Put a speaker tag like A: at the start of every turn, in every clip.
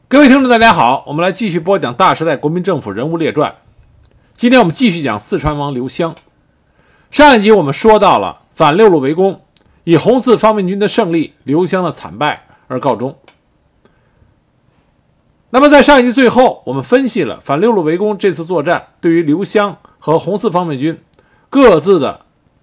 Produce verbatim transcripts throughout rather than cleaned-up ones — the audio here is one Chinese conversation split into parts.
A: 各位听众大家好，我们来继续播讲大时代国民政府人物列传。今天我们继续讲四川王刘襄。上一集我们说到了反六路围攻，以红四方面军的胜利，刘襄的惨败而告终。那么在上一集最后，我们分析了反六路围攻这次作战对于刘襄和红四方面军各自的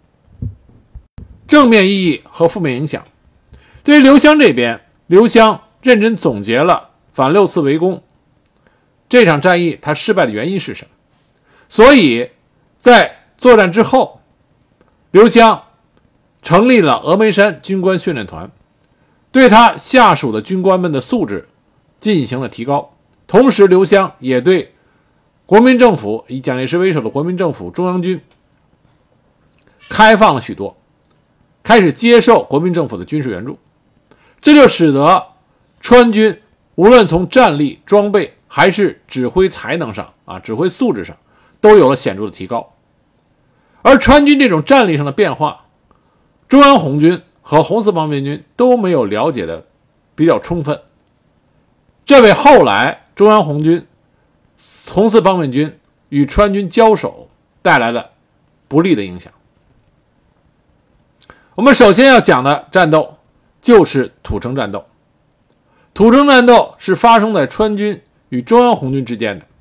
A: 正面意义和负面影响。对于刘襄这边，刘襄认真总结了反六次围攻这场战役他失败的原因是什么，所以在作战之后，刘襄成立了峨眉山军官训练团，对他下属的军官们的素质进行了提高。同时刘襄也对国民政府以蒋介石为首的国民政府中央军开放了许多，开始接受国民政府的军事援助，这就使得川军无论从战力、装备还是指挥才能上啊，指挥素质上都有了显著的提高。而川军这种战力上的变化，中央红军和红四方面军都没有了解的比较充分，这为后来中央红军、红四方面军与川军交手带来了不利的影响。我们首先要讲的战斗就是土城战斗。土城战斗是发生在川军与中央红军之间的。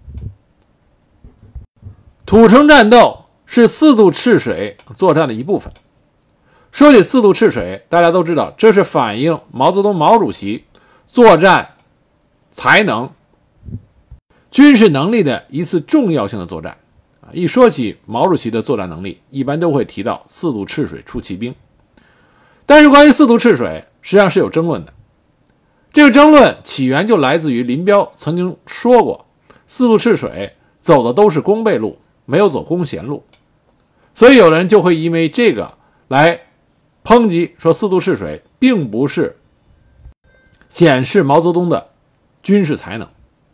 A: 土城战斗是四渡赤水作战的一部分。说起四渡赤水，大家都知道这是反映毛泽东毛主席作战才能、军事能力的一次重要性的作战。一说起毛主席的作战能力，一般都会提到四渡赤水出奇兵。但是关于四渡赤水实际上是有争论的。这个争论起源就来自于林彪曾经说过，四渡赤水走的都是攻备路，没有走攻咸路，所以有人就会因为这个来抨击说四渡赤水并不是显示毛泽东的军事才能。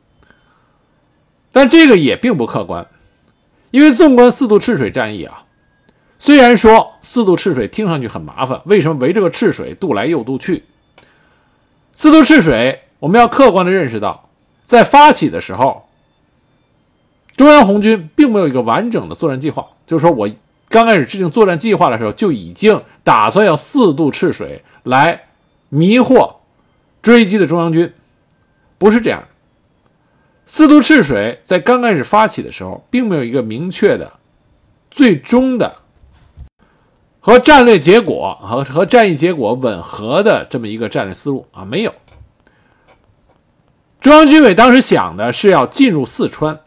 A: 但这个也并不客观，因为纵观四渡赤水战役啊，虽然说四渡赤水听上去很麻烦，为什么围这个赤水渡来又渡去？四渡赤水我们要客观地认识到，在发起的时候，中央红军并没有一个完整的作战计划，就是说我刚开始制定作战计划的时候就已经打算要四渡赤水来迷惑追击的中央军，不是这样。四渡赤水在刚开始发起的时候并没有一个明确的最终的和战略结果和和战役结果吻合的这么一个战略思路啊，没有。中央军委当时想的是要进入四川，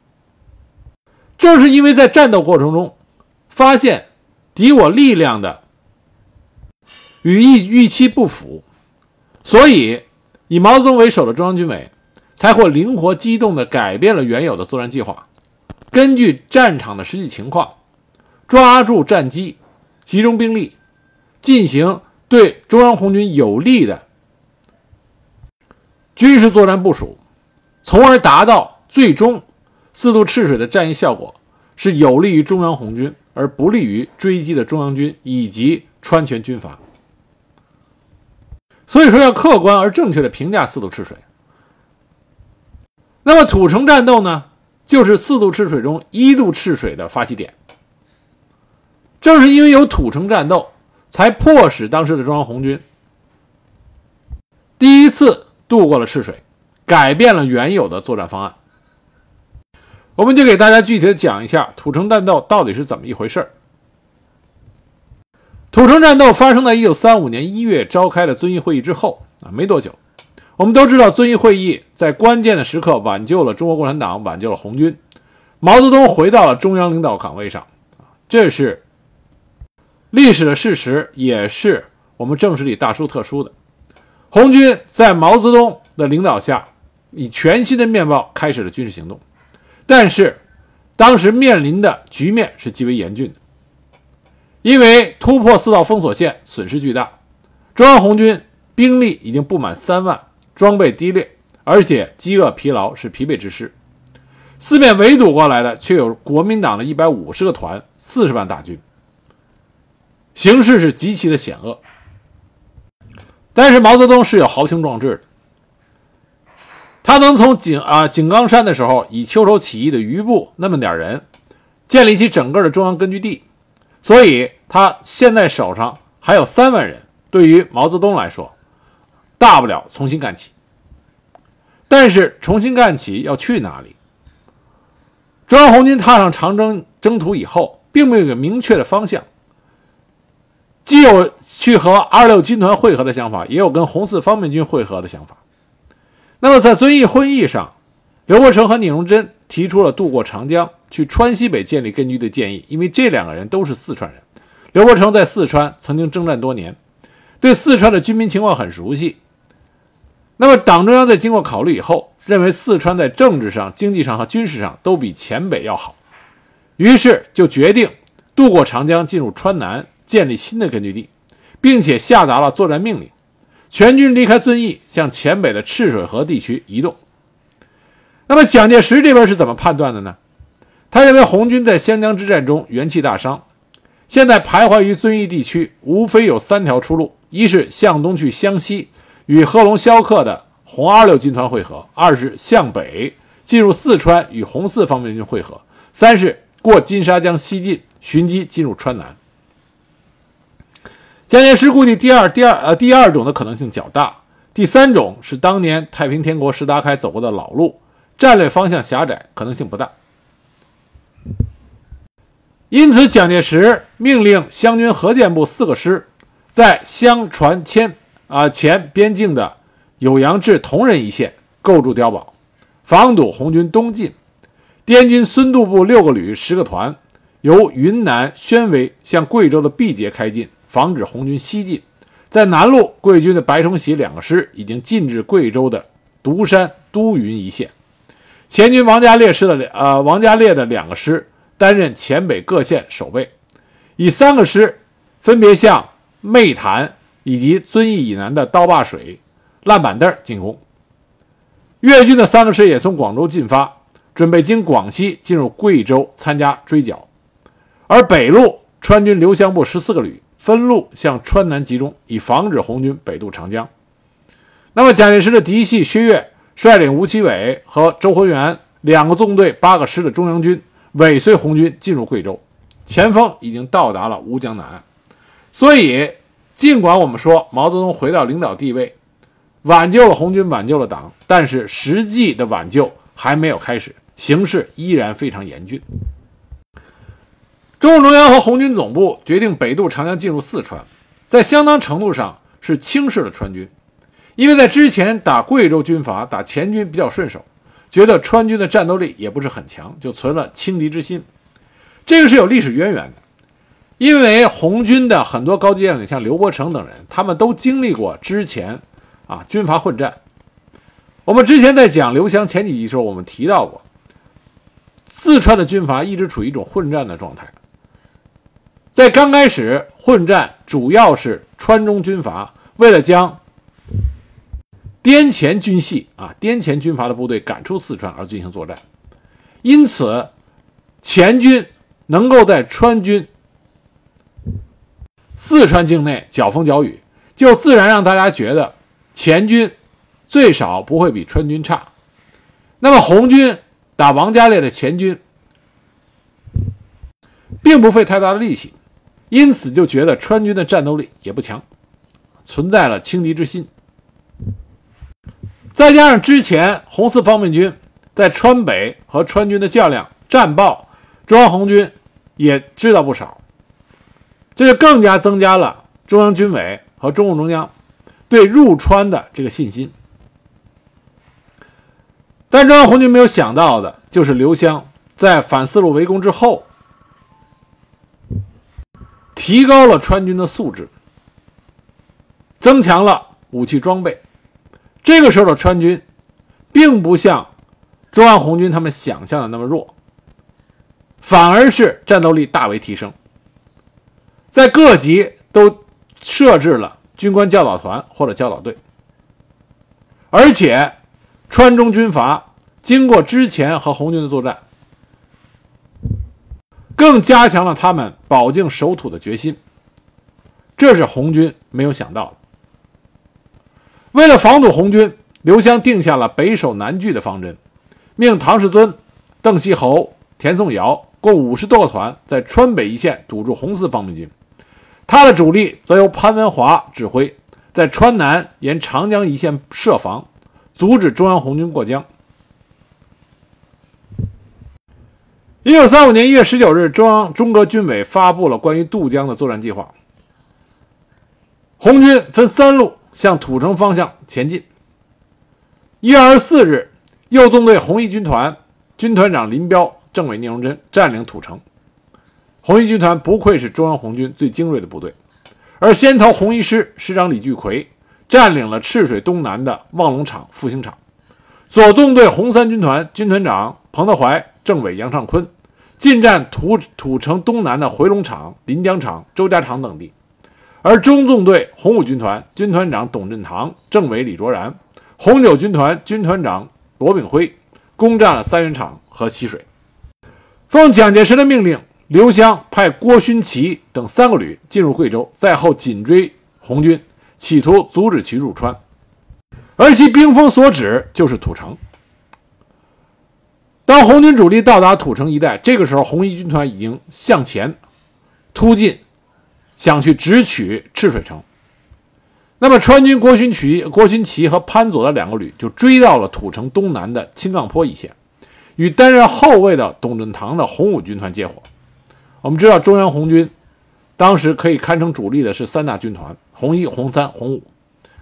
A: 正是因为在战斗过程中发现敌我力量的与预期不符，所以以毛泽东为首的中央军委才会灵活机动地改变了原有的作战计划，根据战场的实际情况，抓住战机，集中兵力，进行对中央红军有利的军事作战部署，从而达到最终四渡赤水的战役效果是有利于中央红军，而不利于追击的中央军以及川全军阀。所以说要客观而正确地评价四渡赤水。那么土城战斗呢，就是四渡赤水中一渡赤水的发起点。正是因为有土城战斗，才迫使当时的中央红军第一次渡过了赤水，改变了原有的作战方案。我们就给大家具体的讲一下土城战斗到底是怎么一回事。土城战斗发生在一九三五年一月召开的遵义会议之后啊，没多久。我们都知道遵义会议在关键的时刻挽救了中国共产党，挽救了红军，毛泽东回到了中央领导岗位上，这是历史的事实，也是我们正史里大书特书的。红军在毛泽东的领导下，以全新的面貌开始了军事行动，但是当时面临的局面是极为严峻的，因为突破四道封锁线损失巨大，中央红军兵力已经不满三万，装备低劣，而且饥饿疲劳是疲惫之师。四面围堵过来的却有国民党的一百五十个团，四十万大军，形势是极其的险恶。但是毛泽东是有豪情壮志的， 他能从井啊井冈山的时候，以秋收起义的余部那么点人，建立起整个的中央根据地，所以他现在手上还有三万人。对于毛泽东来说，大不了重新干起。但是重新干起要去哪里？中央红军踏上长征征途以后，并没有一个明确的方向，既有去和二六军团会合的想法，也有跟红四方面军会合的想法。那么在遵义会议上，刘伯承和聂荣臻提出了渡过长江去川西北建立根据的建议，因为这两个人都是四川人。刘伯承在四川曾经征战多年，对四川的军民情况很熟悉。那么党中央在经过考虑以后，认为四川在政治上、经济上和军事上都比黔北要好，于是就决定渡过长江进入川南，建立新的根据地，并且下达了作战命令，全军离开遵义，向黔北的赤水河地区移动。那么蒋介石这边是怎么判断的呢？他认为红军在湘江之战中元气大伤，现在徘徊于遵义地区，无非有三条出路：一是向东去湘西，与贺龙萧克的红二六军团会合；二是向北进入四川，与红四方面军会合；三是过金沙江西进，寻机进入川南。蒋介石估计第二第二呃第二种的可能性较大，第三种是当年太平天国石达开走过的老路，战略方向狭窄，可能性不大。因此蒋介石命令湘军河建部四个师在湘船黔啊前边境的酉阳至铜仁一线构筑碉堡，防堵红军东进。滇军孙渡部六个旅十个团由云南宣威向贵州的毕节开进，防止红军西进。在南路，贵军的白崇禧两个师已经进至贵州的独山、都匀一线。前军王家烈师的呃王家烈的两个师担任黔北各县守备，以三个师分别向媚潭以及遵义以南的刀坝水、烂板凳进攻。粤军的三个师也从广州进发，准备经广西进入贵州参加追剿。而北路，川军刘湘部十四个旅分路向川南集中，以防止红军北渡长江。那么蒋介石的嫡系薛岳率领吴奇伟和周浑元两个纵队八个师的中央军尾随红军进入贵州，前锋已经到达了吴江南岸。所以尽管我们说毛泽东回到领导地位，挽救了红军，挽救了党，但是实际的挽救还没有开始，形势依然非常严峻。中共中央和红军总部决定北渡长江进入四川，在相当程度上是轻视了川军，因为在之前打贵州军阀、打黔军比较顺手，觉得川军的战斗力也不是很强，就存了轻敌之心。这个是有历史渊源的，因为红军的很多高级将领，像刘伯承等人，他们都经历过之前啊军阀混战。我们之前在讲刘湘前几集的时候，我们提到过，四川的军阀一直处于一种混战的状态。在刚开始混战，主要是川中军阀为了将滇黔军系啊滇黔军阀的部队赶出四川而进行作战，因此黔军能够在川军四川境内搅风搅雨，就自然让大家觉得黔军最少不会比川军差。那么红军打王家烈的黔军并不费太大的力气，因此就觉得川军的战斗力也不强，存在了轻敌之心。再加上之前红四方面军在川北和川军的较量战报，中央红军也知道不少，这就更加增加了中央军委和中共中央对入川的这个信心。但中央红军没有想到的就是刘湘在反四路围攻之后，提高了川军的素质，增强了武器装备。这个时候的川军并不像中央红军他们想象的那么弱，反而是战斗力大为提升，在各级都设置了军官教导团或者教导队，而且川中军阀经过之前和红军的作战，更加强了他们保境守土的决心，这是红军没有想到的。为了防堵红军， 刘湘定下了北守南拒的方针，命唐世尊、邓锡侯、田颂尧共五十多个团在川北一线堵住红四方面军，他的主力则由潘文华指挥，在川南沿长江一线设防，阻止中央红军过江。一九三五年一月十九日，中央中革军委发布了关于渡江的作战计划。红军分三路向土城方向前进。一月二十四日，右纵队红一军团军团长林彪、政委聂荣臻占领土城。红一军团不愧是中央红军最精锐的部队，而先头红一师师长李聚奎占领了赤水东南的望龙场、复兴场。左纵队红三军团军团长彭德怀、政委杨尚昆进占土土城东南的回龙场、临江场、周家场等地，而中纵队红五军团军团长董振堂、政委李卓然、红九军团军团长罗炳辉攻占了三元场和习水。奉蒋介石的命令，刘湘派郭勋祺等三个旅进入贵州，在后紧追红军，企图阻止其入川，而其兵锋所指就是土城。当红军主力到达土城一带，这个时候红一军团已经向前突进，想去直取赤水城。那么川军郭勋祺、郭勋祺和潘左的两个旅就追到了土城东南的青杠坡一线，与担任后卫的董振堂的红五军团接火。我们知道中央红军当时可以堪称主力的是三大军团：红一、红三、红五。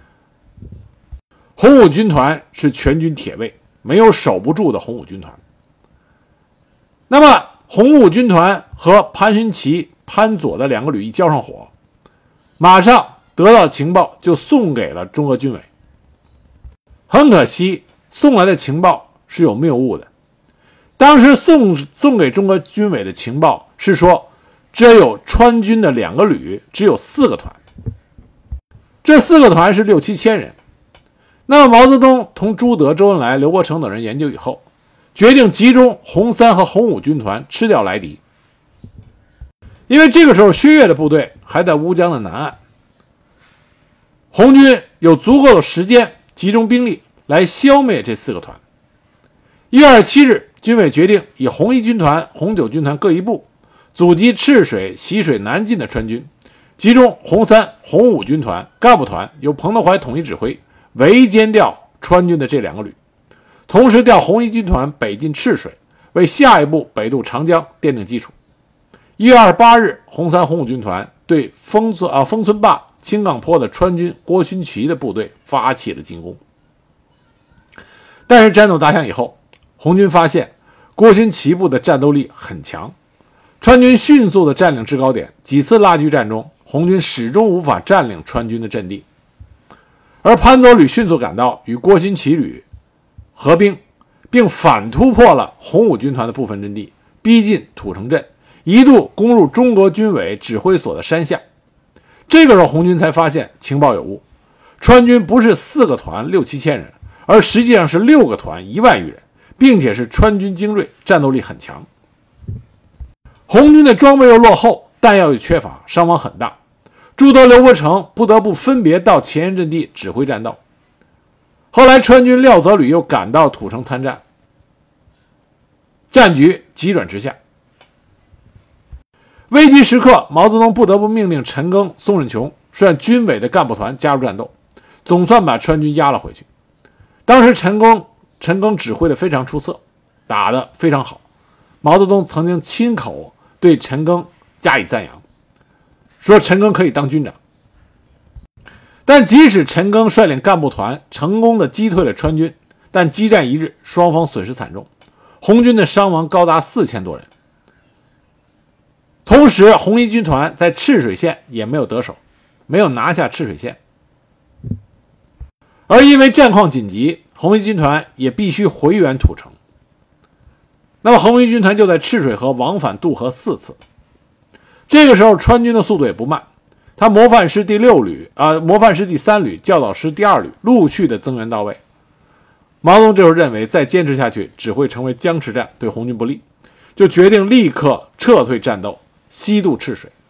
A: 红五军团是全军铁卫，没有守不住的红五军团。那么红五军团和潘勋祺、潘左的两个旅一交上火，马上得到情报就送给了中俄军委。很可惜，送来的情报是有谬误的。当时送送给中俄军委的情报是说，只有川军的两个旅只有四个团，这四个团是六七千人。那么毛泽东同朱德、周恩来、刘伯承等人研究以后，决定集中红三和红五军团吃掉来敌。因为这个时候薛岳的部队还在乌江的南岸，红军有足够的时间集中兵力来消灭这四个团。一月二十七日，军委决定以红一军团、红九军团各一部，阻击赤水、习水南进的川军，集中红三、红五军团干部团由彭德怀统一指挥，围歼掉川军的这两个旅，同时调红一军团北进赤水，为下一步北渡长江奠定基础。一月二十八日，红三、红五军团对封村啊封村坝、青杠坡的川军郭勋祺的部队发起了进攻。但是战斗打响以后，红军发现郭勋祺部的战斗力很强，川军迅速地占领制高点，几次拉锯战中，红军始终无法占领川军的阵地。而潘左旅迅速赶到，与郭勋祺旅合兵，并反突破了红五军团的部分阵地，逼近土城镇，一度攻入中国军委指挥所的山下。这个时候红军才发现情报有误，川军不是四个团六七千人，而实际上是六个团一万余人，并且是川军精锐，战斗力很强。红军的装备又落后，弹药又缺乏，伤亡很大。朱德、刘伯承不得不分别到前沿阵地指挥战斗。后来川军廖泽旅又赶到土城参战，战局急转直下。危急时刻，毛泽东不得不命令陈赓、宋任穷率军委的干部团加入战斗，总算把川军压了回去。当时陈赓陈赓指挥的非常出色，打得非常好。毛泽东曾经亲口对陈赓加以赞扬，说陈赓可以当军长。但即使陈赓率领干部团成功的击退了川军，但激战一日，双方损失惨重，红军的伤亡高达四千多人。同时红一军团在赤水县也没有得手，没有拿下赤水县。而因为战况紧急，红一军团也必须回援土城。那么红一军团就在赤水河往返渡河四次。这个时候川军的速度也不慢，他模范师第六旅啊、呃，模范师第三旅、教导师第二旅陆续的增援到位。毛泽东这时候认为再坚持下去只会成为僵持战，对红军不利，就决定立刻撤退战斗，西渡赤水。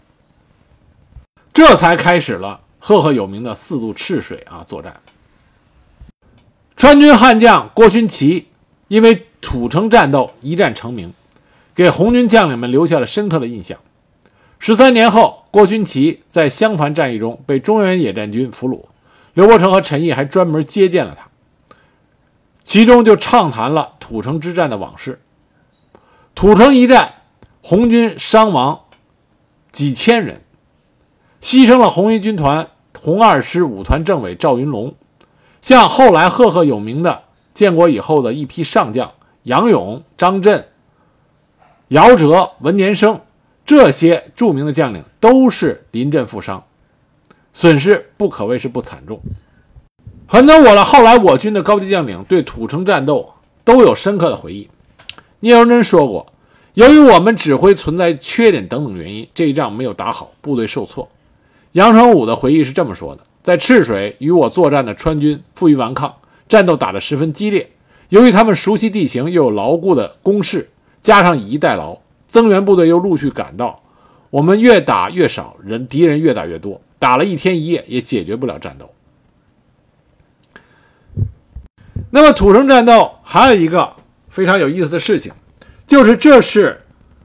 A: 这才开始了赫赫有名的四渡赤水啊作战。 川军悍将郭勋祺因为土城战斗一战成名，给红军将领们留下了深刻的印象。十三年后，郭勋祺在襄樊战役中被中原野战军俘虏，刘伯承和陈毅还专门接见了他，其中就畅谈了土城之战的往事。土城一战，红军伤亡几千人，牺牲了红一军团红二师五团政委赵云龙，像后来赫赫有名的建国以后的一批上将杨勇、张震、姚哲、文年生，这些著名的将领都是临阵负伤，损失不可谓是不惨重。很多我了后来我军的高级将领对土城战斗都有深刻的回忆。聂荣臻说过，由于我们指挥存在缺点等等原因，这一仗没有打好，部队受挫。杨成武的回忆是这么说的：在赤水与我作战的川军负隅顽抗，战斗打得十分激烈，由于他们熟悉地形，又有牢固的工事，加上以逸待劳，增援部队又陆续赶到，我们越打越少人，敌人越打越多，打了一天一夜也解决不了战斗。那么土城战斗还有一个非常有意思的事情，就是这是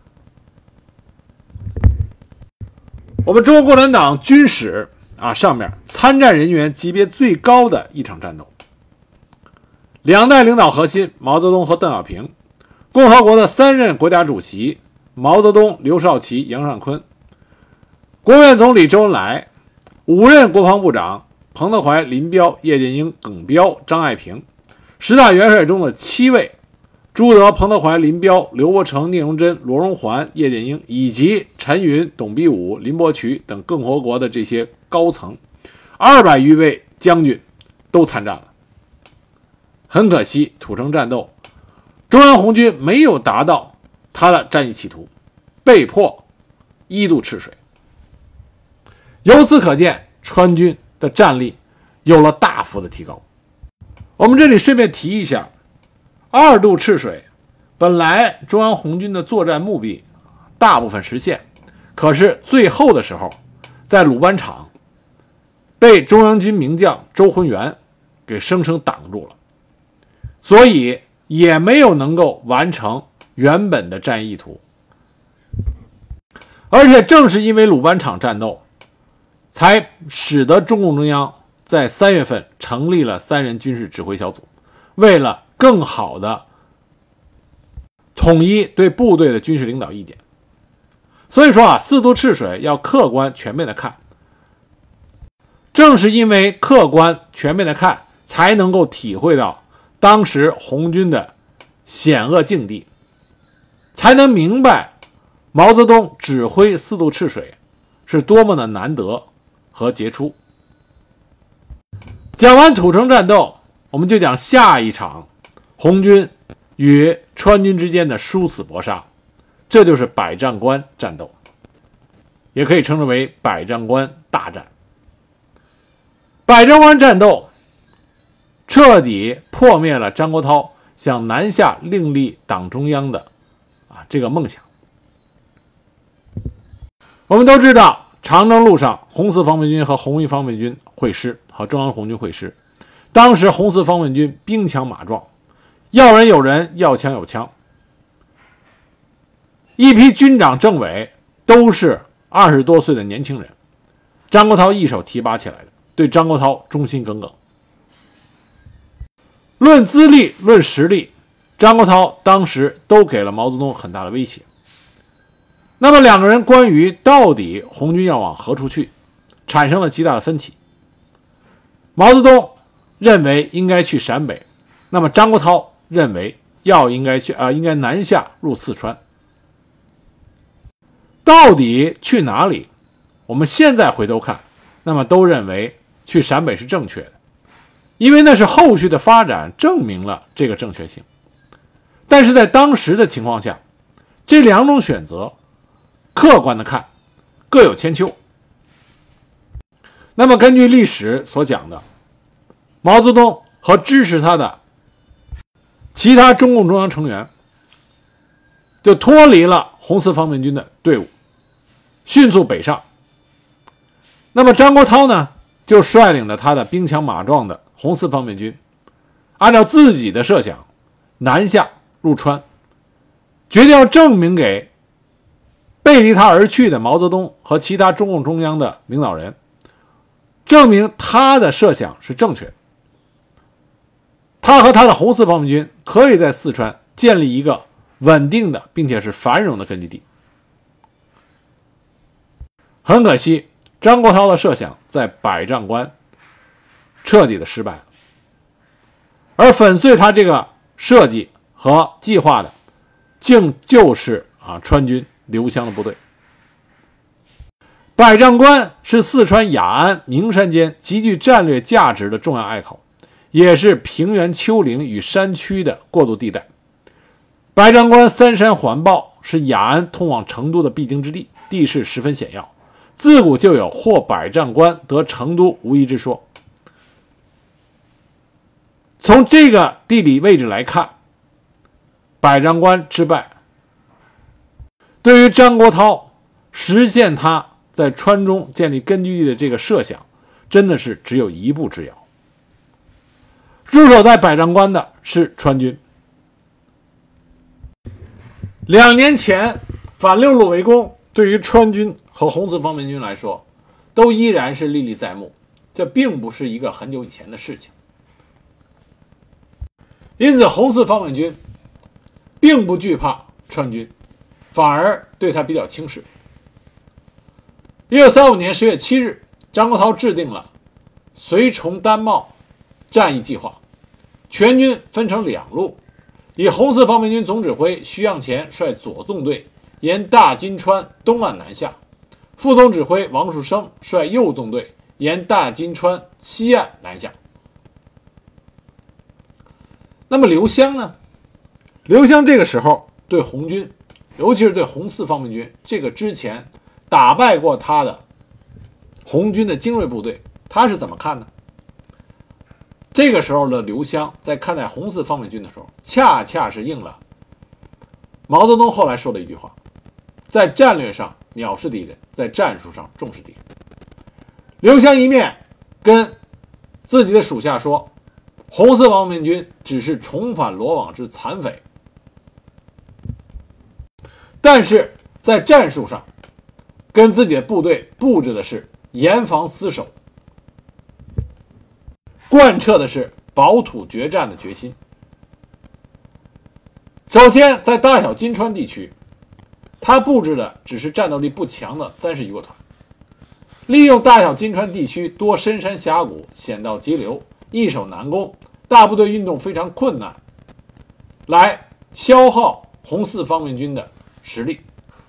A: 我们中国共产党军史啊上面参战人员级别最高的一场战斗。两代领导核心毛泽东和邓小平，共和国的三任国家主席毛泽东、刘少奇、杨尚昆，国务院总理周恩来，五任国防部长彭德怀、林彪、叶剑英、耿彪、张爱萍，十大元帅中的七位朱德、彭德怀、林彪、刘伯承、聂荣臻、罗荣桓、叶剑英，以及陈云、董必武、林伯渠等共和国的这些高层，二百余位将军都参战了。很可惜，土城战斗，中央红军没有达到他的战役企图，被迫一渡赤水。由此可见，川军的战力有了大幅的提高。我们这里顺便提一下，二渡赤水本来中央红军的作战目的大部分实现，可是最后的时候在鲁班场被中央军名将周浑元给生生挡住了，所以也没有能够完成原本的战役意图。而且正是因为鲁班场战斗，才使得中共中央在三月份成立了三人军事指挥小组，为了更好的统一对部队的军事领导意见。所以说啊，四渡赤水要客观全面的看，正是因为客观全面的看，才能够体会到当时红军的险恶境地，才能明白毛泽东指挥四渡赤水是多么的难得和杰出。讲完土城战斗，我们就讲下一场红军与川军之间的殊死搏杀，这就是百丈关战斗，也可以称之为百丈关大战。百丈关战斗彻底破灭了张国焘想南下另立党中央的啊这个梦想。我们都知道，长征路上红四方面军和红一方面军会师，和中央红军会师。当时红四方面军兵强马壮，要人有人，要枪有枪，一批军长政委都是二十多岁的年轻人，张国焘一手提拔起来的，对张国焘忠心耿耿。论资历论实力，张国焘当时都给了毛泽东很大的威胁。那么两个人关于到底红军要往何处去产生了极大的分歧。毛泽东认为应该去陕北，那么张国焘认为要应该去啊、呃，应该南下入四川。到底去哪里？我们现在回头看，那么都认为去陕北是正确的，因为那是后续的发展证明了这个正确性。但是在当时的情况下，这两种选择客观的看各有千秋。那么根据历史所讲的，毛泽东和支持他的其他中共中央成员就脱离了红四方面军的队伍，迅速北上。那么张国焘呢，就率领着他的兵强马壮的红四方面军， 按照自己的设想南下入川，决定要证明给背离他而去的毛泽东和其他中共中央的领导人，证明他的设想是正确的。他和他的红四方面军可以在四川建立一个稳定的并且是繁荣的根据地。很可惜，张国焘的设想在百丈关彻底的失败了，而粉碎他这个设计和计划的，竟就是啊川军刘湘的部队。百丈关是四川雅安、名山间极具战略价值的重要隘口，也是平原丘陵与山区的过渡地带。百丈关三山环抱，是雅安通往成都的必经之地，地势十分险要，自古就有获百丈关得成都无疑之说。从这个地理位置来看，百丈关之败对于张国焘实现他在川中建立根据地的这个设想，真的是只有一步之遥。驻守在百丈关的是川军。两年前反六路围攻对于川军和红四方面军来说都依然是历历在目，这并不是一个很久以前的事情。因此红四方面军并不惧怕川军，反而对他比较轻视。一九三五年十月七日，张国焘制定了绥崇丹茂战役计划，全军分成两路，以红四方面军总指挥徐向前率左纵队沿大金川东岸南下，副总指挥王树声率右纵队沿大金川西岸南下。那么刘湘呢？刘湘这个时候对红军，尤其是对红四方面军这个之前打败过他的红军的精锐部队，他是怎么看呢？这个时候的刘湘在看待红四方面军的时候，恰恰是应了毛泽东后来说的一句话：在战略上藐视敌人，在战术上重视敌人。刘湘一面跟自己的属下说，红四方面军只是重返罗网之残匪，但是在战术上跟自己的部队布置的是严防死守，贯彻的是保土决战的决心。首先在大小金川地区，他布置的只是战斗力不强的三十余个团，利用大小金川地区多深山峡谷，险道急流，易守难攻，大部队运动非常困难，来消耗红四方面军的实力。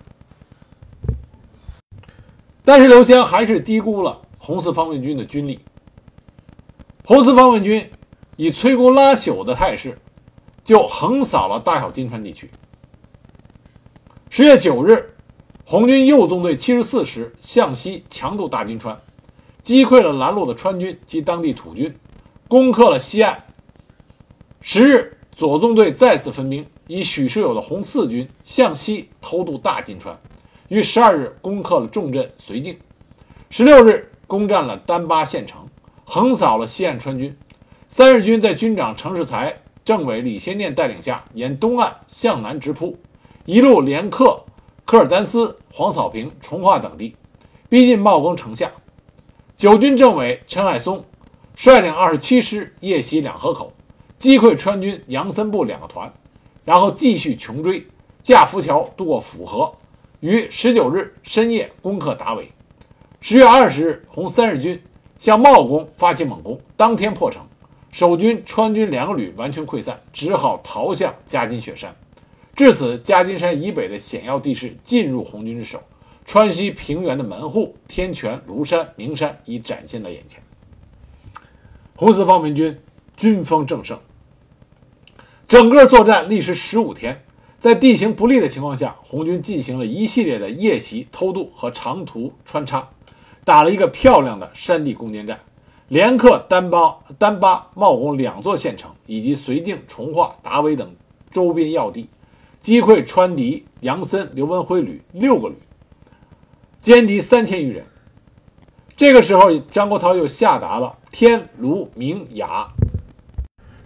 A: 但是刘湘还是低估了红四方面军的军力。红四方面军以摧枯拉朽的态势就横扫了大小金川地区。十月九日，红军右纵队七十四师向西强渡大金川，击溃了拦路的川军及当地土军，攻克了西岸。十日，左纵队再次分兵，以许世友的红四军向西偷渡大金川，于十二日攻克了重镇绥靖。十六日攻占了丹巴县城，横扫了西岸川军。三日军在军长程世才、政委李先念带领下，沿东岸向南直扑，一路连克科尔丹斯、黄草坪、从化等地，逼近茂公城下。九军政委陈海松率领二十七师夜袭两河口，击溃川军杨森部两个团，然后继续穷追，架浮桥渡过府河，于十九日深夜攻克达韦。十月二十日，红三日军向茂公发起猛攻，当天破城，守军川军两个旅完全溃散，只好逃向夹金雪山。至此，夹金山以北的险要地势进入红军之手，川西平原的门户天泉、庐山、名山已展现在眼前。红四方面军军风正盛，整个作战历时十五天。在地形不利的情况下，红军进行了一系列的夜袭、偷渡和长途穿插，打了一个漂亮的山地攻坚战，连克丹巴、丹巴、茂公两座县城，以及绥靖、从化、达韦等周边要地，击溃川敌杨森、刘文辉旅六个旅，歼敌三千余人。这个时候，张国焘又下达了天、卢、明、雅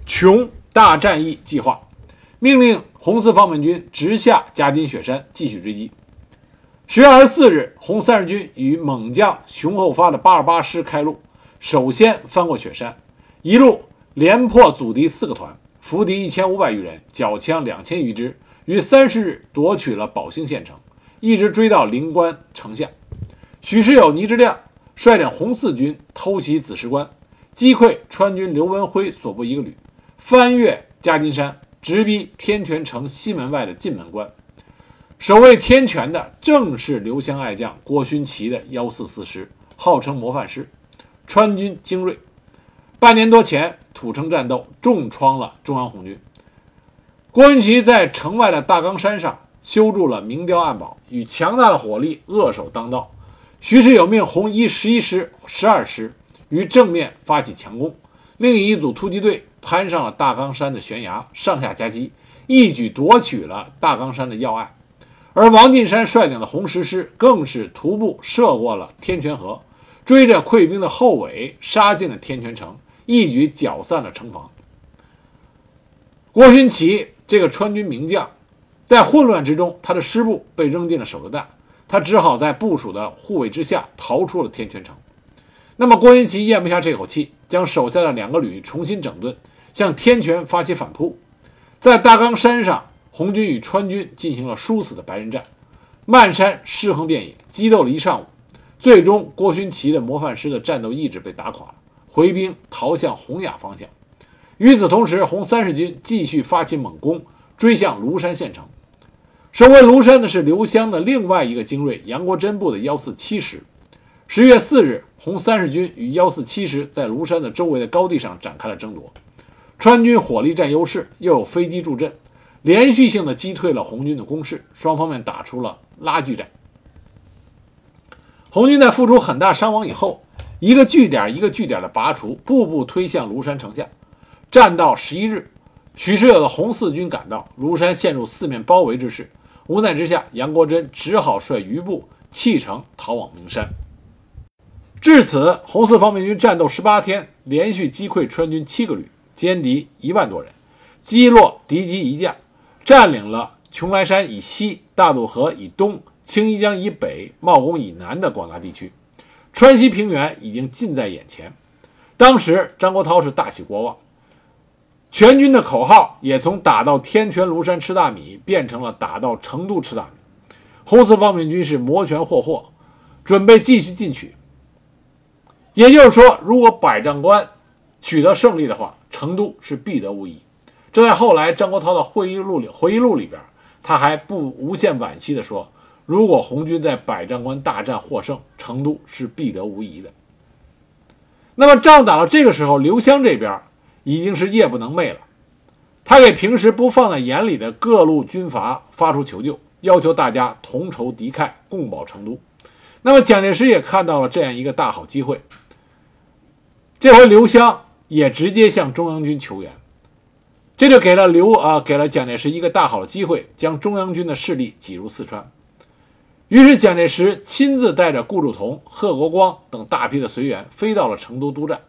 A: 琼大战役计划，命令红四方面军直下夹金雪山继续追击。十月二十四日，红三十军与猛将熊厚发的八十八师开路，首先翻过雪山，一路连破阻敌四个团，俘敌一千五百余人，缴枪两千余支，于三十日夺取了宝兴县城，一直追到灵关城下。许世友、倪之亮率领红四军偷袭子时关，击溃川军刘文辉所部一个旅，翻越夹金山，直逼天泉城西门外的进门关。守卫天泉的正是刘湘爱将郭勋祺的幺四四师，号称模范师，川军精锐。半年多前土城战斗重创了中央红军，郭勋祺在城外的大冈山上修筑了明碉暗堡，与强大的火力扼守当道。徐世友命红一十一师、十二师于正面发起强攻，另一组突击队攀上了大冈山的悬崖，上下夹击，一举夺取了大冈山的要隘。而王进山率领的红十师更是徒步涉过了天泉河，追着溃兵的后尾杀进了天泉城，一举剿散了城防。郭勋祺这个川军名将，在混乱之中，他的师部被扔进了手榴弹，他只好在部署的护卫之下逃出了天泉城。那么郭勋祺咽不下这口气，将手下的两个旅重新整顿，向天泉发起反扑。在大冈山上，红军与川军进行了殊死的白刃战，漫山尸横遍野，激斗了一上午。最终郭勋祺的模范师的战斗意志被打垮了，回兵逃向洪雅方向。与此同时，红三十军继续发起猛攻，追向庐山县城。守卫庐山的是刘湘的另外一个精锐杨国珍部的幺四七师。十月四日，红三十军与幺四七师在庐山的周围的高地上展开了争夺。川军火力占优势，又有飞机助阵，连续性的击退了红军的攻势，双方面打出了拉锯战。红军在付出很大伤亡以后，一个据点一个据点的拔除，步步推向庐山城下。战到十一日，许世友的红四军赶到，庐山陷入四面包围之势，无奈之下，杨国珍只好率余部弃城逃往名山。至此，红四方面军战斗十八天，连续击溃川军七个旅，歼敌一万多人，击落敌机一架，占领了邛崃山以西、大渡河以东、青衣江以北、茂公以南的广大地区。川西平原已经近在眼前。当时张国焘是大喜过望，全军的口号也从打到天泉庐山吃大米变成了打到成都吃大米。红四方面军是摩拳霍霍，准备继续进取。也就是说，如果百丈关取得胜利的话，成都是必得无疑。这在后来张国焘的会议录里回忆录里边，他还不无限惋惜地说，如果红军在百丈关大战获胜，成都是必得无疑的。那么仗打到这个时候，刘湘这边已经是夜不能寐了，他给平时不放在眼里的各路军阀发出求救，要求大家同仇敌忾，共保成都。那么蒋介石也看到了这样一个大好机会，这回刘湘也直接向中央军求援，这就给了刘啊给了蒋介石一个大好的机会，将中央军的势力挤入四川。于是蒋介石亲自带着顾祝同、贺国光等大批的随员飞到了成都督战。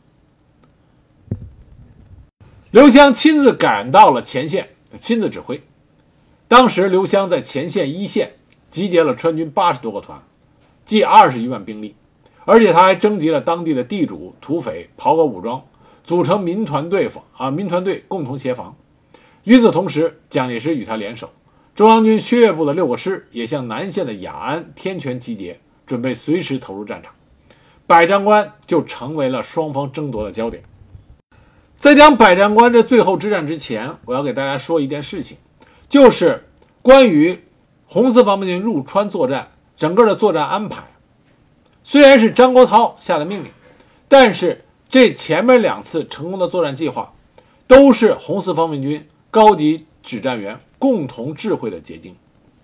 A: 刘湘亲自赶到了前线，亲自指挥。当时刘湘在前线一线集结了川军八十多个团，计二十余万兵力，而且他还征集了当地的地主、土匪、袍哥武装，组成民团队啊，民团队共同协防。与此同时，蒋介石与他联手，中央军薛岳部的六个师也向南线的雅安、天泉集结，准备随时投入战场。百丈关就成为了双方争夺的焦点。在讲百丈关这最后之战之前，我要给大家说一件事情，就是关于红四方面军入川作战整个的作战安排。虽然是张国焘下的命令，但是这前面两次成功的作战计划都是红四方面军高级指战员共同智慧的结晶。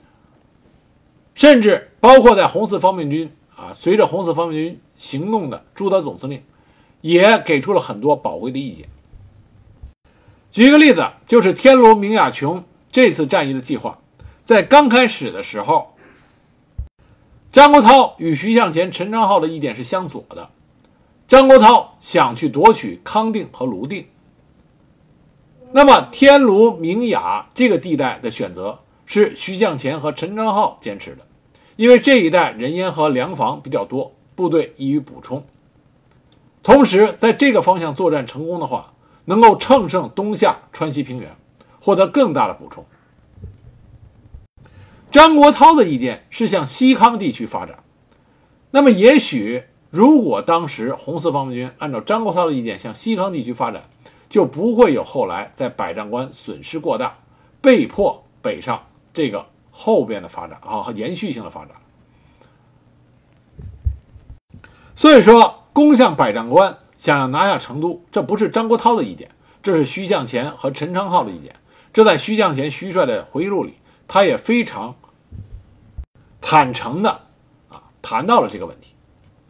A: 甚至包括在红四方面军啊，随着红四方面军行动的朱德总司令也给出了很多宝贵的意见。举一个例子，就是天卢明雅琼这次战役的计划，在刚开始的时候，张国焘与徐向前、陈昌浩的意见是相左的。张国焘想去夺取康定和泸定， 那么天卢、明雅这个地带的选择是徐向前和陈昌浩坚持的，因为这一带人烟和粮房比较多，部队易于补充。同时，在这个方向作战成功的话，能够乘胜东下川西平原，获得更大的补充。张国焘的意见是向西康地区发展，那么也许如果当时红四方面军按照张国焘的意见向西康地区发展，就不会有后来在百丈关损失过大，被迫北上这个后边的发展啊和延续性的发展。所以说，攻向百丈关，想要拿下成都，这不是张国焘的意见，这是徐向前和陈昌浩的意见。这在徐向前、徐帅的回忆录里，他也非常坦诚的啊谈到了这个问题。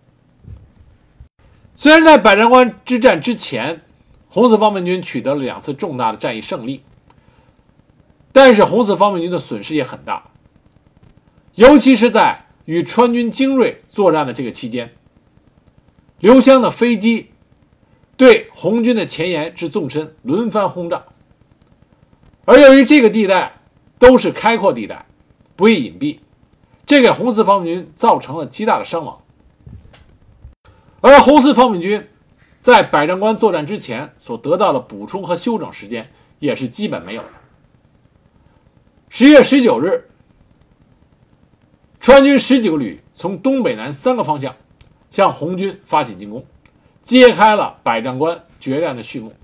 A: 虽然在百丈关之战之前，红四方面军取得了两次重大的战役胜利，但是红四方面军的损失也很大，尤其是在与川军精锐作战的这个期间，刘湘的飞机对红军的前沿至纵深轮番轰炸，而由于这个地带都是开阔地带，不易隐蔽，这给红四方面军造成了极大的伤亡。而红四方面军在百丈关作战之前所得到的补充和休整时间也是基本没有的。十月十九日，川军十几个旅从东北南三个方向向红军发起进攻，揭开了百丈关决战的序幕。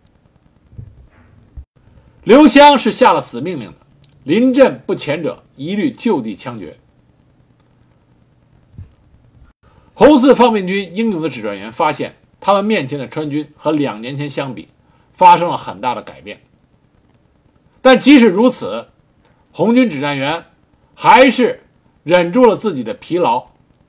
A: 刘湘是下了死命令的，临阵不前者一律就地枪决。红四方面军英勇的指战员发现，他们面前的川军和两年前相比发生了很大的改变，但即使如此，红军指战员还是忍住了自己的疲劳，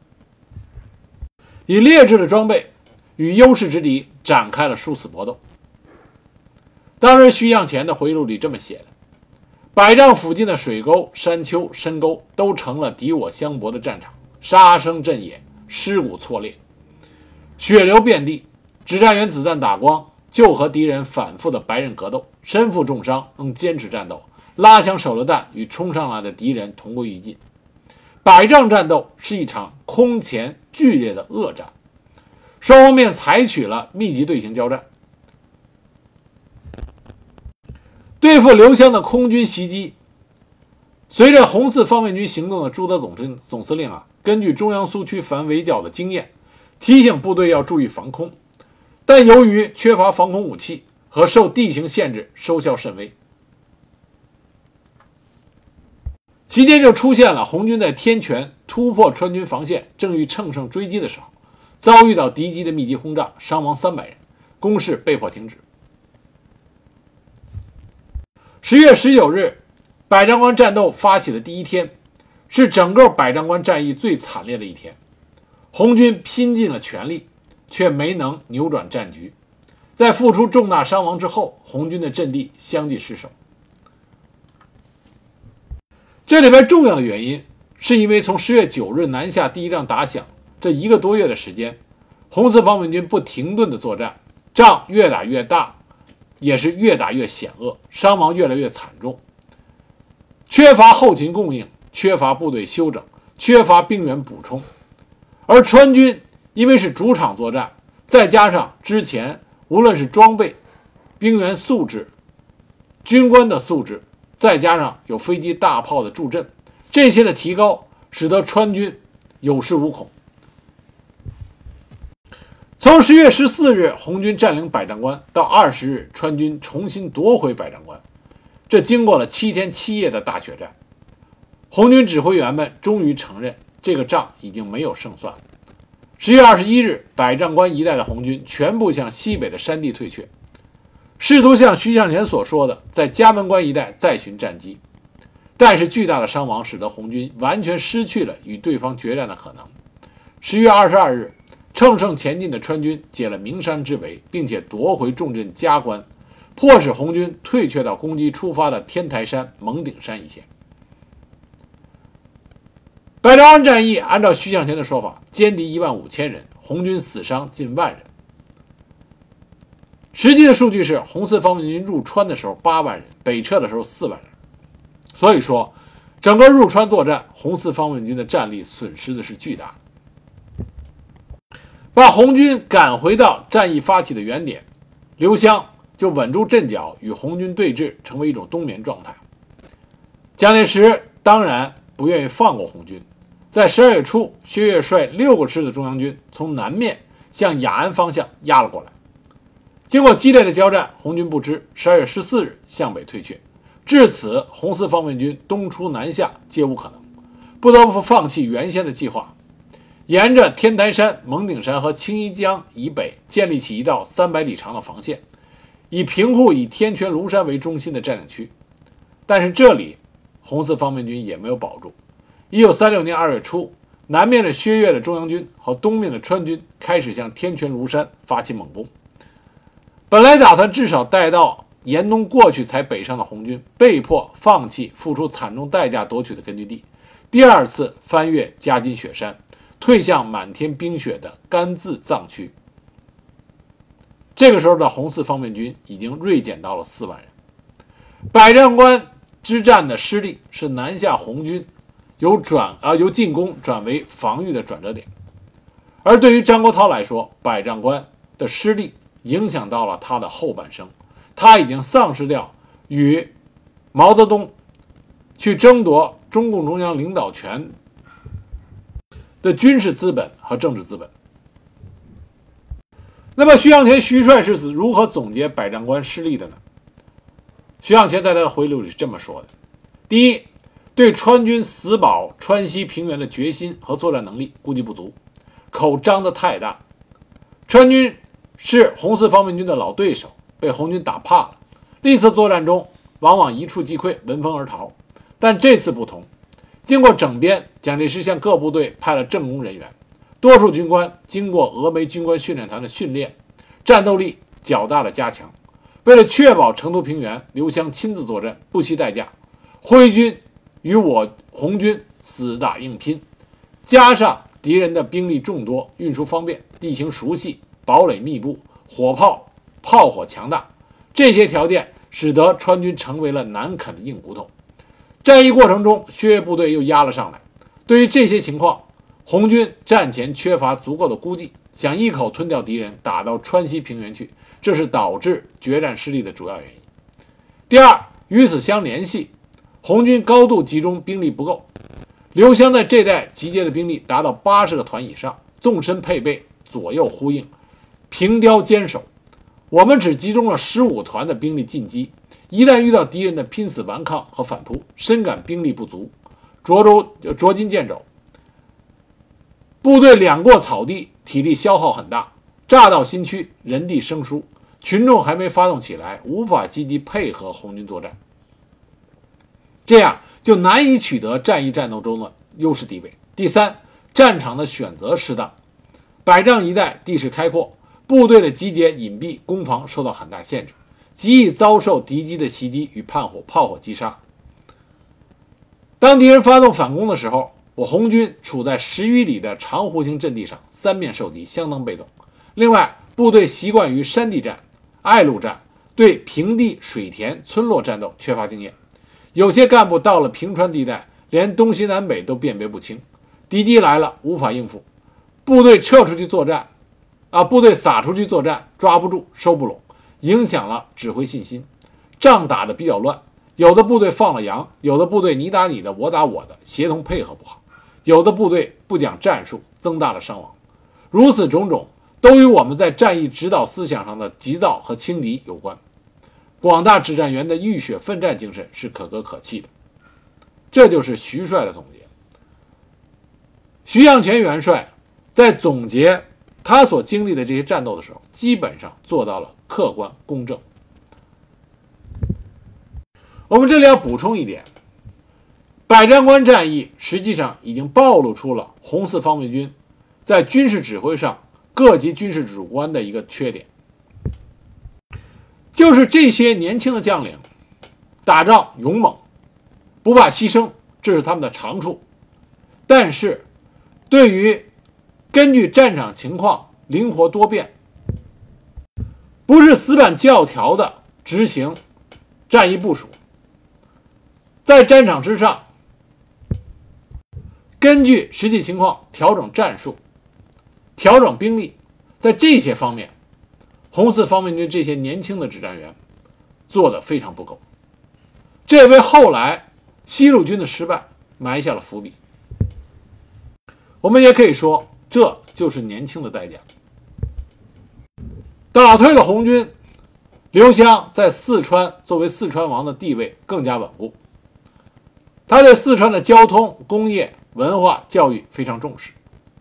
A: 以劣质的装备与优势之敌展开了殊死搏斗。当时徐向前的回忆录里这么写的：百丈附近的水沟、山丘、深沟都成了敌我相搏的战场，杀声震野，尸骨错裂，血流遍地，指战员子弹打光，就和敌人反复的白刃格斗，身负重伤仍坚持战斗，拉响手榴弹与冲上来的敌人同归于尽。百丈战斗是一场空前剧烈的恶战，双方面采取了密集队形交战。对付刘湘的空军袭击，随着红四方面军行动的朱德总总司令啊，根据中央苏区反围剿的经验，提醒部队要注意防空，但由于缺乏防空武器和受地形限制，收效甚微。期间就出现了红军在天泉突破川军防线，正欲乘胜追击的时候，遭遇到敌机的密集轰炸，伤亡三百人，攻势被迫停止。十月十九日，百丈关战斗发起的第一天，是整个百丈关战役最惨烈的一天。红军拼尽了全力，却没能扭转战局。在付出重大伤亡之后，红军的阵地相继失守。这里边重要的原因，是因为从十月九日南下第一仗打响，这一个多月的时间，红四方面军不停顿的作战，仗越打越大，也是越打越险恶，伤亡越来越惨重，缺乏后勤供应，缺乏部队休整，缺乏兵员补充。而川军因为是主场作战，再加上之前无论是装备、兵员素质、军官的素质，再加上有飞机大炮的助阵，这些的提高使得川军有恃无恐。从十月十四日红军占领百丈关到二十日川军重新夺回百丈关，这经过了七天七夜的大血战，红军指挥员们终于承认这个仗已经没有胜算。十月二十一日，百丈关一带的红军全部向西北的山地退却，试图像徐向前所说的在嘉门关一带再寻战机，但是巨大的伤亡使得红军完全失去了与对方决战的可能。十月二十二日，乘胜前进的川军解了名山之围，并且夺回重镇嘉关，迫使红军退却到攻击出发的天台山、蒙顶山一线。百丈关战役按照徐向前的说法，歼敌一万五千人，红军死伤近万人。 实际的数据是红四方面军入川的时候八万人，北撤的时候四万人。所以说整个入川作战，红四方面军的战力损失的是巨大。把红军赶回到战役发起的原点，刘湘就稳住阵脚，与红军对峙，成为一种冬眠状态。蒋介石当然不愿意放过红军，在十二月初，薛岳率六个师的中央军从南面向雅安方向压了过来。经过激烈的交战，红军不支，十二月十四日向北退却。至此，红四方面军东出南下皆无可能，不得不放弃原先的计划，沿着天台山、蒙顶山和青衣江以北建立起一道三百里长的防线，以平护以天泉庐山为中心的占领区。但是这里红四方面军也没有保住。一九三六年二月初，南面的薛岳的中央军和东面的川军开始向天泉庐山发起猛攻。本来打算至少带到严冬过去才北上的红军，被迫放弃付出惨重代价夺取的根据地，第二次翻越夹金雪山，退向满天冰雪的甘孜藏区。这个时候的红四方面军已经锐减到了四万人。百丈关之战的失利是南下红军由转啊由进攻转为防御的转折点，而对于张国焘来说，百丈关的失利影响到了他的后半生，他已经丧失掉与毛泽东去争夺中共中央领导权的军事资本和政治资本。那么徐向前徐帅是如何总结百丈关失利的呢？徐向前在他的回忆录里是这么说的：第一，对川军死保川西平原的决心和作战能力估计不足，口张得太大。川军是红四方面军的老对手，被红军打怕了，历次作战中往往一触即溃，闻风而逃。但这次不同，经过整编，蒋介石向各部队派了政工人员，多数军官经过峨眉军官训练团的训练，战斗力较大的加强。为了确保成都平原，刘湘亲自作战，不惜代价，徽军与我红军死打硬拼，加上敌人的兵力众多，运输方便，地形熟悉，堡垒密布，火炮炮火强大，这些条件使得川军成为了难啃的硬骨头。战役过程中，薛岳部队又压了上来。对于这些情况，红军战前缺乏足够的估计，想一口吞掉敌人，打到川西平原去，这是导致决战失利的主要原因。第二，与此相联系，红军高度集中，兵力不够。刘湘在这带集结的兵力达到八十个团以上，纵深配备，左右呼应，平雕坚守。我们只集中了十五团的兵力进击，一旦遇到敌人的拼死顽抗和反扑，深感兵力不足，着州捉襟见肘，部队两过草地，体力消耗很大，乍到新区，人地生疏，群众还没发动起来，无法积极配合红军作战，这样就难以取得战役战斗中的优势地位。第三，战场的选择适当，百丈一带地势开阔，部队的集结隐蔽，攻防受到很大限制，极易遭受敌机的袭击与炮火炮火击杀。当敌人发动反攻的时候，我红军处在十余里的长弧形阵地上，三面受敌，相当被动。另外，部队习惯于山地战、隘路战，对平地、水田、村落战斗缺乏经验。有些干部到了平川地带，连东西南北都辨别不清，敌机来了无法应付，部队撤出去作战，啊，部队撒出去作战，抓不住，收不拢，影响了指挥信心，仗打得比较乱。有的部队放了羊，有的部队你打你的，我打我的，协同配合不好，有的部队不讲战术，增大了伤亡。如此种种都与我们在战役指导思想上的急躁和轻敌有关。广大指战员的浴血奋战精神是可歌可泣的。这就是徐帅的总结。徐向前元帅在总结他所经历的这些战斗的时候，基本上做到了客观公正。我们这里要补充一点，百丈关战役实际上已经暴露出了红四方面军在军事指挥上各级军事主官的一个缺点，就是这些年轻的将领打仗勇猛，不怕牺牲，这是他们的长处。但是对于根据战场情况灵活多变， 不是死板教条的执行战役部署，在战场之上根据实际情况调整战术，调整兵力，在这些方面红四方面军这些年轻的指战员做得非常不够，这为后来西路军的失败埋下了伏笔。我们也可以说，这就是年轻的代价。打退了红军，刘湘在四川作为四川王的地位更加稳固，他对四川的交通、工业、文化、教育非常重视。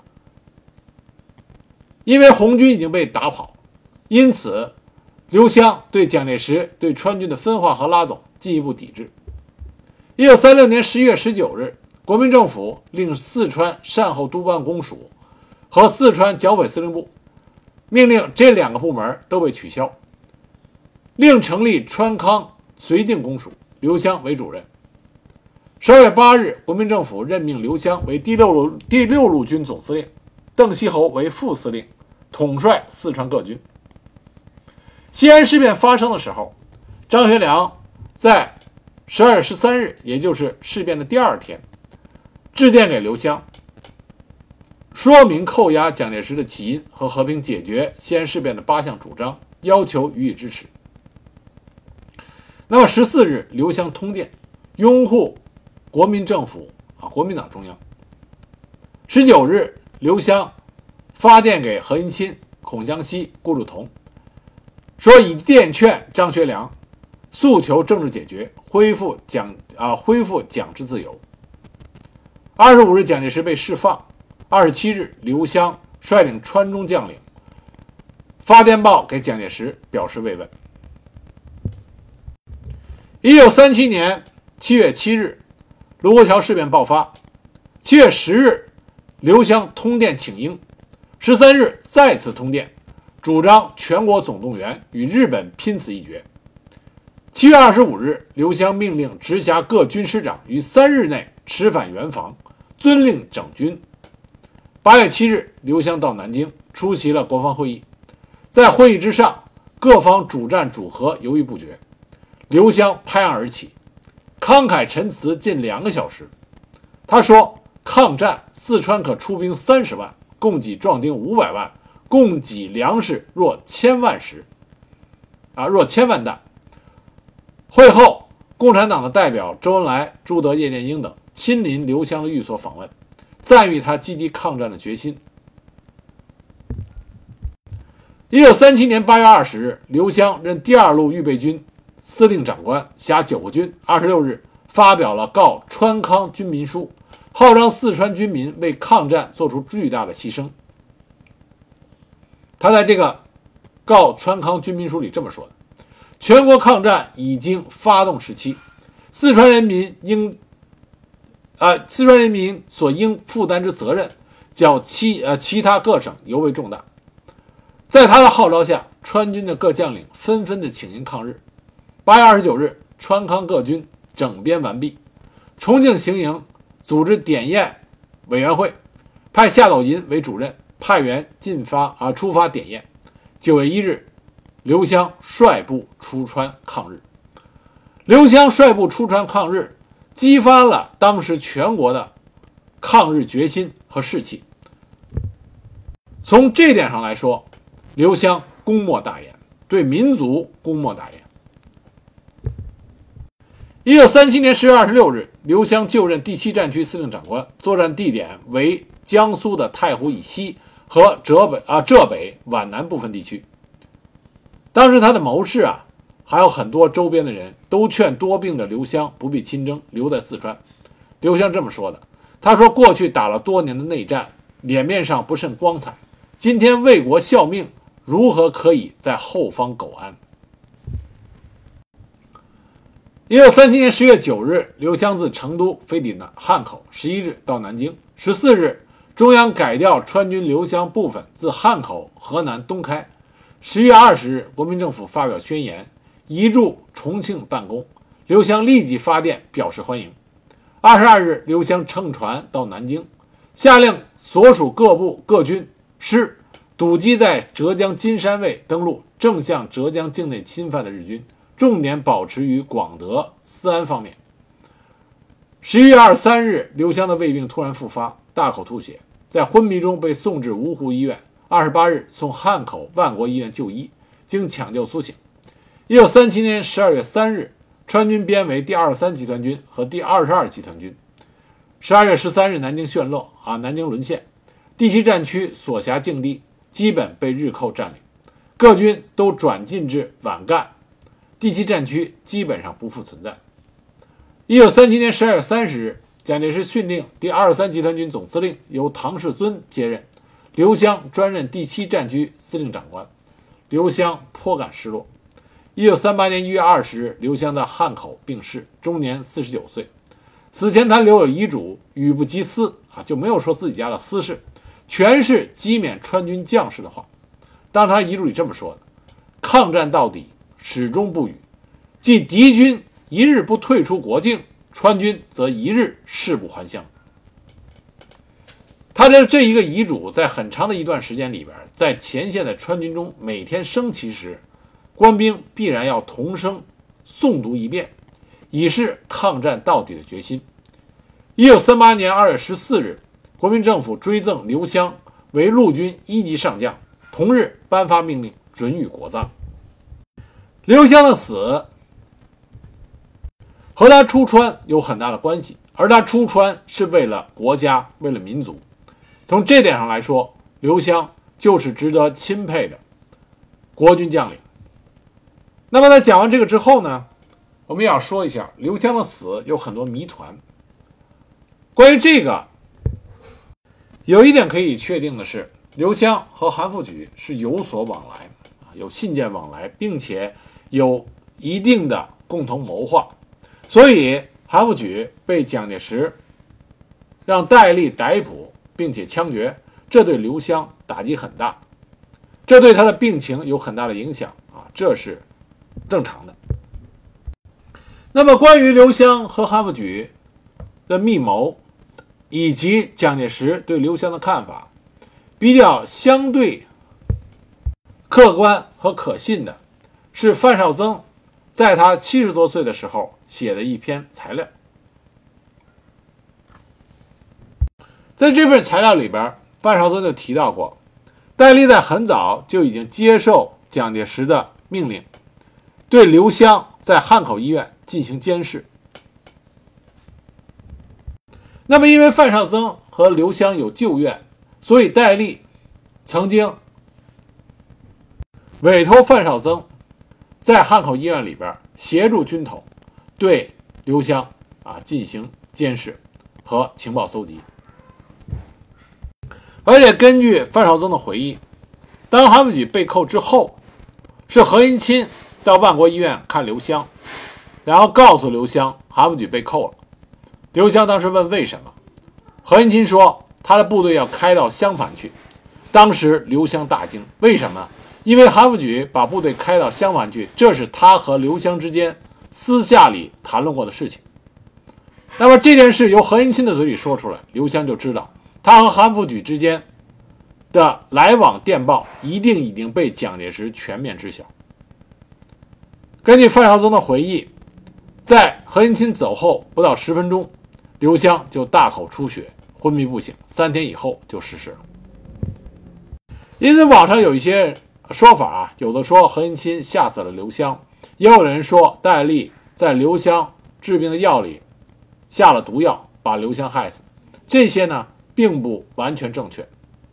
A: 因为红军已经被打跑，因此刘湘对蒋介石对川军的分化和拉拢进一步抵制。一九三六年十一月十九日，国民政府令四川善后督办公署和四川剿匪司令部命令这两个部门都被取消，另成立川康绥靖公署，刘湘为主任。十二月八日，国民政府任命刘湘为第六路第六路军总司令，邓锡侯为副司令，统帅四川各军。西安事变发生的时候，张学良在十二月十三日，也就是事变的第二天，致电给刘湘，说明扣押蒋介石的起因和和平解决西安事变的八项主张，要求予以支持。那么十四日，刘湘通电拥护国民政府啊，国民党中央。十九日，刘湘发电给何应钦、孔祥熙、顾祝同，说以电劝张学良，诉求政治解决，恢复蒋啊恢复蒋之自由。二十五日，蒋介石被释放。二十七日，刘湘率领川中将领发电报给蒋介石，表示慰问。一九三七年七月七日，卢沟桥事变爆发。七月十日，刘湘通电请缨。十三日再次通电，主张全国总动员，与日本拼死一决。七月二十五日，刘湘命令直辖各军师长于三日内驰返原防，遵令整军。八月七日，刘湘到南京出席了国防会议，在会议之上，各方主战主和犹豫不决。刘湘拍案而起，慷慨陈词近两个小时。他说：“抗战，四川可出兵三十万，供给壮丁五百万，供给粮食若千万石，啊，若千万担。”会后，共产党的代表周恩来、朱德、叶剑英等亲临刘湘的寓所访问，赞誉他积极抗战的决心。一九三七年八月二十日，刘湘任第二路预备军司令长官，辖九个军。二十六日，发表了告川康军民书，号召四川军民为抗战做出巨大的牺牲。他在这个告川康军民书里这么说的：全国抗战已经发动时期，四川人民应呃，四川人民所应负担之责任，较其呃其他各省尤为重大。在他的号召下，川军的各将领纷纷的请缨抗日。八月二十九日，川康各军整编完毕。重庆行营组织点验委员会，派夏斗寅为主任，派员进发啊出发点验。九月一日，刘湘率部出川抗日。刘湘率部出川抗日，激发了当时全国的抗日决心和士气。从这点上来说，刘湘功莫大焉，对民族功莫大焉。一九三七年十月二十六日，刘湘就任第七战区司令长官，作战地点为江苏的太湖以西和浙北啊浙北皖南部分地区。当时他的谋士啊，还有很多周边的人都劝多病的刘湘不必亲征，留在四川。刘湘这么说的，他说：“过去打了多年的内战，脸面上不甚光彩，今天为国效命，如何可以在后方苟安？”一九三七年十月九日，刘湘自成都飞抵汉口，十一日到南京。十四日，中央改调川军刘湘部分自汉口、河南东开。十月二十日，国民政府发表宣言，移驻重庆办公。刘湘立即发电表示欢迎。二十二日，刘湘乘船到南京，下令所属各部各军师堵击在浙江金山卫登陆正向浙江境内侵犯的日军，重点保持于广德、思安方面。十一月二十三日，刘湘的胃病突然复发，大口吐血，在昏迷中被送至芜湖医院。二十八日从汉口万国医院就医，经抢救苏醒。一九三七年十二月三日，川军编为第二十三集团军和第二十二集团军。十二月十三日，南京陷落啊，南京沦陷，第七战区所辖境地基本被日寇占领，各军都转进至皖赣，第七战区基本上不复存在。一九三七年十二月三十日，蒋介石训令第二十三集团军总司令由唐世孙接任，刘湘专任第七战区司令长官。刘湘颇感失落。一九三八年一月二十日，刘湘在汉口病逝，终年四十九岁。此前他留有遗嘱，语不及私啊，就没有说自己家的私事，全是击勉川军将士的话。当他遗嘱里这么说的：抗战到底，始终不渝，即敌军一日不退出国境，川军则一日誓不还乡。他的这一个遗嘱在很长的一段时间里边，在前线的川军中每天升旗时，官兵必然要同声诵读一遍，以示抗战到底的决心。一九三八年二月十四日，国民政府追赠刘湘为陆军一级上将，同日颁发命令准予国葬。刘湘的死和他出川有很大的关系，而他出川是为了国家，为了民族。从这点上来说，刘湘就是值得钦佩的国军将领。那么在讲完这个之后呢，我们也要说一下刘湘的死有很多谜团。关于这个，有一点可以确定的是，刘湘和韩复榘是有所往来，有信件往来，并且有一定的共同谋划。所以韩复榘被蒋介石让戴笠逮捕并且枪决，这对刘湘打击很大，这对他的病情有很大的影响啊，这是正常的。那么关于刘湘和韩复榘的密谋，以及蒋介石对刘湘的看法，比较相对客观和可信的是范绍曾在他七十多岁的时候写的一篇材料。在这份材料里边，范绍曾就提到过，戴笠在很早就已经接受蒋介石的命令，对刘湘在汉口医院进行监视。那么因为范绍曾和刘湘有旧怨，所以戴笠曾经委托范绍曾在汉口医院里边协助军统对刘湘啊进行监视和情报搜集。而且根据范绍曾的回忆，当韩复榘被扣之后，是何应钦到万国医院看刘湘，然后告诉刘湘韩复榘被扣了。刘湘当时问为什么，何应钦说他的部队要开到襄樊去。当时刘湘大惊，为什么？因为韩复榘把部队开到襄樊去，这是他和刘湘之间私下里谈论过的事情。那么这件事由何应钦的嘴里说出来，刘湘就知道他和韩复榘之间的来往电报一定已经被蒋介石全面知晓。根据范绍曾的回忆，在何应钦走后不到十分钟，刘湘就大口出血，昏迷不醒，三天以后就逝世了。因此网上有一些说法啊，有的说何应钦吓死了刘湘，也有人说戴笠在刘湘治病的药里下了毒药，把刘湘害死。这些呢并不完全正确。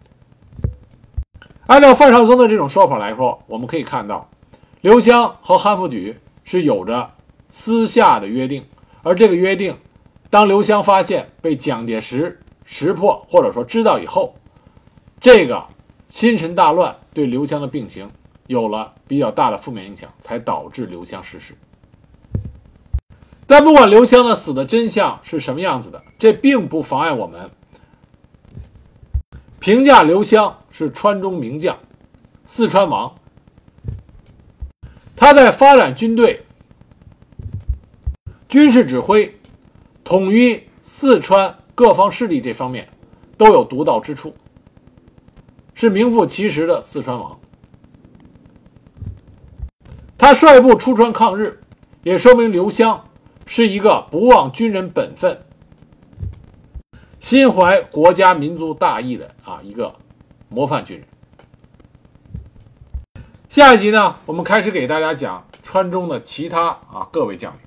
A: 按照范绍曾的这种说法来说，我们可以看到刘湘和韩复榘是有着私下的约定，而这个约定当刘湘发现被蒋介石识破或者说知道以后，这个心神大乱，对刘湘的病情有了比较大的负面影响，才导致刘湘逝世。但不管刘湘的死的真相是什么样子的，这并不妨碍我们评价刘湘是川中名将，四川王。他在发展军队、军事指挥、统一四川各方势力这方面都有独到之处，是名副其实的四川王。 他率部出川抗日，也说明刘湘是一个不忘军人本分、心怀国家民族大义的啊一个模范军人。下一集呢，我们开始给大家讲川中的其他啊各位将领。